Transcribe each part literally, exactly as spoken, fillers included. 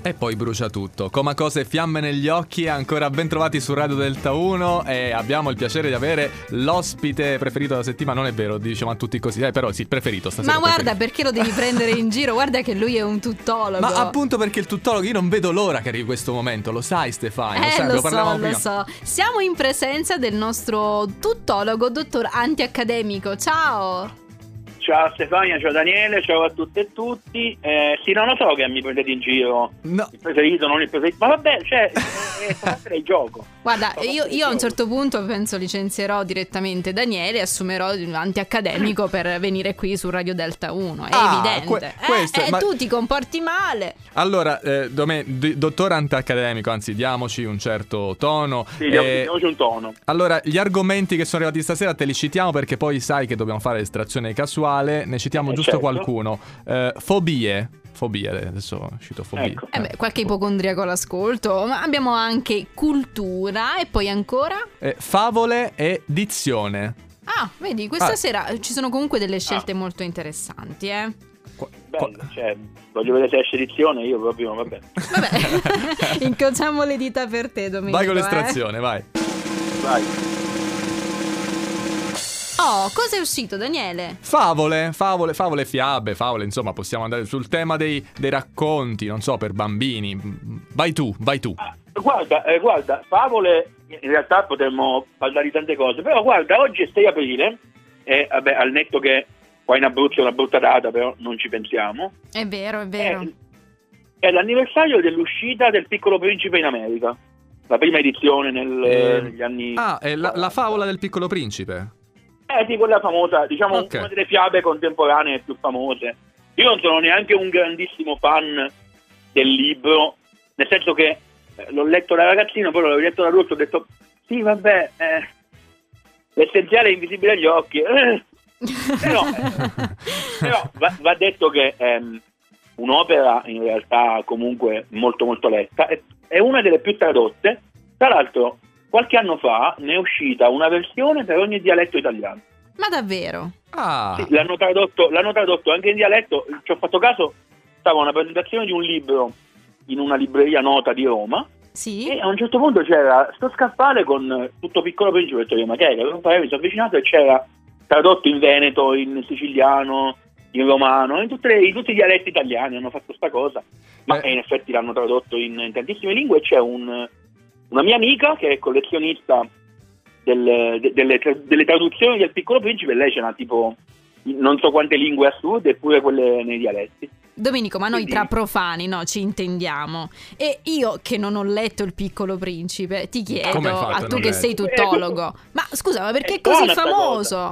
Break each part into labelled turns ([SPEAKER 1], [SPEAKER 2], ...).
[SPEAKER 1] E poi brucia tutto. Comacose e fiamme negli occhi, ancora ben trovati su Radio Delta uno e abbiamo il piacere di avere l'ospite preferito della settimana. Non è vero, diciamo a tutti così, eh, però sì, il preferito stasera.
[SPEAKER 2] Ma guarda,
[SPEAKER 1] preferito.
[SPEAKER 2] Perché lo devi prendere in giro? Guarda che lui è un tuttologo.
[SPEAKER 1] Ma appunto perché il tuttologo, io non vedo l'ora che arrivi questo momento, lo sai Stefania,
[SPEAKER 2] Eh,
[SPEAKER 1] lo sai,
[SPEAKER 2] lo
[SPEAKER 1] lo
[SPEAKER 2] so,
[SPEAKER 1] parlavamo
[SPEAKER 2] lo
[SPEAKER 1] prima.
[SPEAKER 2] so. Siamo in presenza del nostro tuttologo, dottor Antiaccademico. Ciao!
[SPEAKER 3] Ciao Stefania, ciao Daniele, ciao a tutte e tutti. Eh, sì, non lo so che mi prendete in giro.
[SPEAKER 1] No.
[SPEAKER 3] Il preferito, non il preferito. Ma vabbè, cioè, è parte del gioco.
[SPEAKER 2] Guarda, io, io a un certo punto penso licenzierò direttamente Daniele e assumerò un antiaccademico per venire qui su Radio Delta uno. È
[SPEAKER 1] Ah,
[SPEAKER 2] evidente.
[SPEAKER 1] que- questo-
[SPEAKER 2] eh, eh,
[SPEAKER 1] ma-
[SPEAKER 2] tu ti comporti male.
[SPEAKER 1] Allora, eh, dome- d- dottor Antiaccademico, anzi diamoci un certo tono.
[SPEAKER 3] Sì, diamo-
[SPEAKER 1] Eh,
[SPEAKER 3] diamoci un tono.
[SPEAKER 1] Allora, gli argomenti che sono arrivati stasera te li citiamo perché poi sai che dobbiamo fare l'estrazione casuale. Ne citiamo
[SPEAKER 3] Eh,
[SPEAKER 1] giusto
[SPEAKER 3] certo.
[SPEAKER 1] qualcuno. Eh, fobie. Fobie, adesso è uscito fobie.
[SPEAKER 3] Ecco.
[SPEAKER 2] Eh beh, qualche ipocondriaco all'ascolto. Ma abbiamo anche cultura e poi ancora...
[SPEAKER 1] Eh, favole e dizione.
[SPEAKER 2] Ah, vedi, questa
[SPEAKER 1] Ah.
[SPEAKER 2] sera ci sono comunque delle scelte
[SPEAKER 3] Ah.
[SPEAKER 2] molto interessanti, eh.
[SPEAKER 1] Qua-
[SPEAKER 3] Bello,
[SPEAKER 1] qua-
[SPEAKER 3] cioè, voglio vedere se esce edizione, io proprio, vabbè.
[SPEAKER 2] Vabbè, incrociamo le dita per te, Domenico.
[SPEAKER 1] Vai con
[SPEAKER 2] eh.
[SPEAKER 1] l'estrazione, vai.
[SPEAKER 3] Vai.
[SPEAKER 2] Oh, cosa è uscito, Daniele?
[SPEAKER 1] Favole, favole, favole, fiabe, favole, insomma, possiamo andare sul tema dei, dei racconti, non so, per bambini. Vai tu, vai tu.
[SPEAKER 3] Ah, guarda, eh, guarda, favole, in realtà potremmo parlare di tante cose, però guarda, oggi è sei aprile, e vabbè, al netto che qua in Abruzzo è una brutta data, però non ci pensiamo.
[SPEAKER 2] È vero, è vero.
[SPEAKER 3] È, è l'anniversario dell'uscita del Piccolo Principe in America, la prima edizione nel,
[SPEAKER 1] Eh,
[SPEAKER 3] negli anni...
[SPEAKER 1] Ah, è la, la favola del Piccolo Principe.
[SPEAKER 3] Eh sì, quella famosa, diciamo
[SPEAKER 1] Ok.
[SPEAKER 3] una delle fiabe contemporanee più famose. Io non sono neanche un grandissimo fan del libro, nel senso che eh, l'ho letto da ragazzino, poi l'ho letto da adulto, ho detto sì vabbè, eh, l'essenziale è invisibile agli occhi, eh. però, eh, però va, va detto che ehm, un'opera in realtà comunque molto molto letta, è, è una delle più tradotte, tra l'altro. Qualche anno fa ne è uscita una versione per ogni dialetto italiano.
[SPEAKER 2] Ma davvero?
[SPEAKER 1] Ah,
[SPEAKER 3] Sì, l'hanno tradotto, l'hanno tradotto anche in dialetto. Ci ho fatto caso, stava una presentazione di un libro in una libreria nota di Roma
[SPEAKER 2] Sì?
[SPEAKER 3] e a un certo punto c'era sto scaffale con tutto Piccolo Principe. Ho detto io, ma che è? Un paio mi sono avvicinato e c'era tradotto in veneto, in siciliano, in romano, in, tutte le- in tutti i dialetti italiani hanno fatto sta cosa. Ma
[SPEAKER 1] Eh.
[SPEAKER 3] in effetti l'hanno tradotto in, in tantissime lingue e c'è un... Una mia amica che è collezionista del- de- delle, tra- delle traduzioni del Piccolo Principe, lei ce n'ha tipo non so quante lingue assurde, eppure quelle nei dialetti.
[SPEAKER 2] Domenico, ma noi
[SPEAKER 3] Quindi-
[SPEAKER 2] tra profani, no, ci intendiamo. E io che non ho letto Il Piccolo Principe, ti chiedo,
[SPEAKER 1] Come hai fatto a
[SPEAKER 2] a tu
[SPEAKER 1] non
[SPEAKER 2] che
[SPEAKER 1] lettere?
[SPEAKER 2] sei tuttologo, ma scusa, ma perché
[SPEAKER 3] È
[SPEAKER 2] è così
[SPEAKER 3] buona sta
[SPEAKER 2] famoso?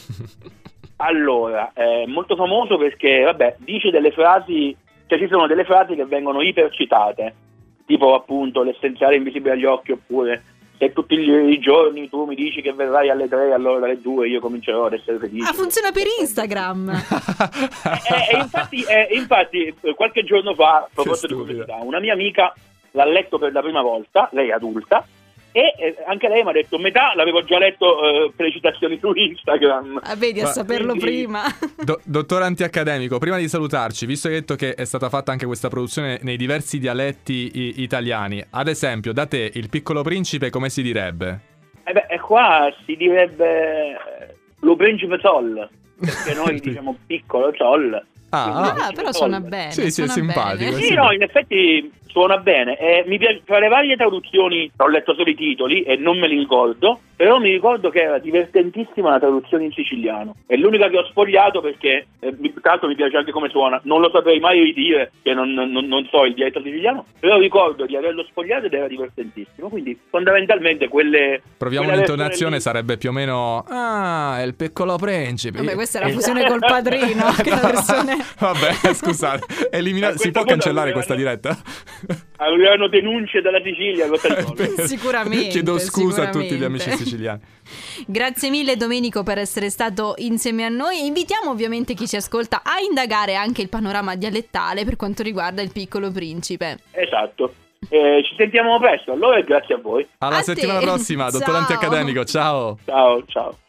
[SPEAKER 3] Allora, è molto famoso perché, vabbè, dice delle frasi, cioè ci sono delle frasi che vengono ipercitate, tipo appunto l'essenziale invisibile agli occhi, oppure se tutti gli- i giorni tu mi dici che verrai alle tre, allora alle due io comincerò ad essere felice.
[SPEAKER 2] Ah, funziona per Instagram.
[SPEAKER 3] E, e infatti, e infatti eh, qualche giorno fa, a proposito di
[SPEAKER 1] stupido.
[SPEAKER 3] curiosità, una mia amica l'ha letto per la prima volta, lei è adulta, e eh, anche lei mi ha detto metà l'avevo già letto eh, per le citazioni su Instagram.
[SPEAKER 2] Ah, vedi, a
[SPEAKER 1] Ma-
[SPEAKER 2] saperlo
[SPEAKER 3] quindi-
[SPEAKER 2] prima.
[SPEAKER 1] Do- dottor Antiaccademico, prima di salutarci, visto che hai detto che è stata fatta anche questa produzione nei diversi dialetti i- italiani, ad esempio, da te, Il Piccolo Principe come si direbbe?
[SPEAKER 3] E beh, e qua si direbbe eh, lo principe Zoll, perché noi diciamo piccolo Zoll.
[SPEAKER 1] Ah,
[SPEAKER 3] Quindi
[SPEAKER 1] ah.
[SPEAKER 2] Ah,
[SPEAKER 3] principe
[SPEAKER 2] però
[SPEAKER 3] Zoll.
[SPEAKER 2] suona bene.
[SPEAKER 1] Sì, sì, è
[SPEAKER 2] suona
[SPEAKER 1] simpatico,
[SPEAKER 2] bene.
[SPEAKER 1] sì.
[SPEAKER 3] Sì, no, in effetti suona bene. Eh, mi piace, tra le varie traduzioni ho letto solo i titoli e non me li ricordo, però mi ricordo che era divertentissima la traduzione in siciliano. È l'unica che ho sfogliato perché, eh, mi- tra l'altro mi piace anche come suona. Non lo saprei mai ridire, che non, non- non so il dialetto siciliano, però ricordo di averlo sfogliato ed era divertentissimo. Quindi fondamentalmente quelle...
[SPEAKER 1] Proviamo
[SPEAKER 3] quella
[SPEAKER 1] un'intonazione,
[SPEAKER 3] versione lì-
[SPEAKER 1] sarebbe più o meno ah, è il Piccolo Principe.
[SPEAKER 2] Vabbè, questa è la
[SPEAKER 1] Eh,
[SPEAKER 2] fusione col padrino, che è la versione...
[SPEAKER 1] Vabbè, scusate, elimina-
[SPEAKER 3] A
[SPEAKER 1] si
[SPEAKER 3] questa
[SPEAKER 1] può
[SPEAKER 3] cosa
[SPEAKER 1] cancellare
[SPEAKER 3] avevano-
[SPEAKER 1] questa diretta?
[SPEAKER 3] Avevano denunce dalla Sicilia, lo sai cosa?
[SPEAKER 2] Sicuramente,
[SPEAKER 1] Chiedo scusa a tutti gli
[SPEAKER 2] sicuramente.
[SPEAKER 1] amici siciliani.
[SPEAKER 2] Grazie mille Domenico per essere stato insieme a noi e invitiamo ovviamente chi ci ascolta a indagare anche il panorama dialettale per quanto riguarda Il Piccolo Principe.
[SPEAKER 3] Esatto. Eh, ci sentiamo presto allora e grazie a voi.
[SPEAKER 1] Alla
[SPEAKER 2] A
[SPEAKER 1] settimana
[SPEAKER 2] te.
[SPEAKER 1] prossima, dottor
[SPEAKER 2] Ciao.
[SPEAKER 1] Antiaccademico, ciao.
[SPEAKER 3] Ciao, ciao.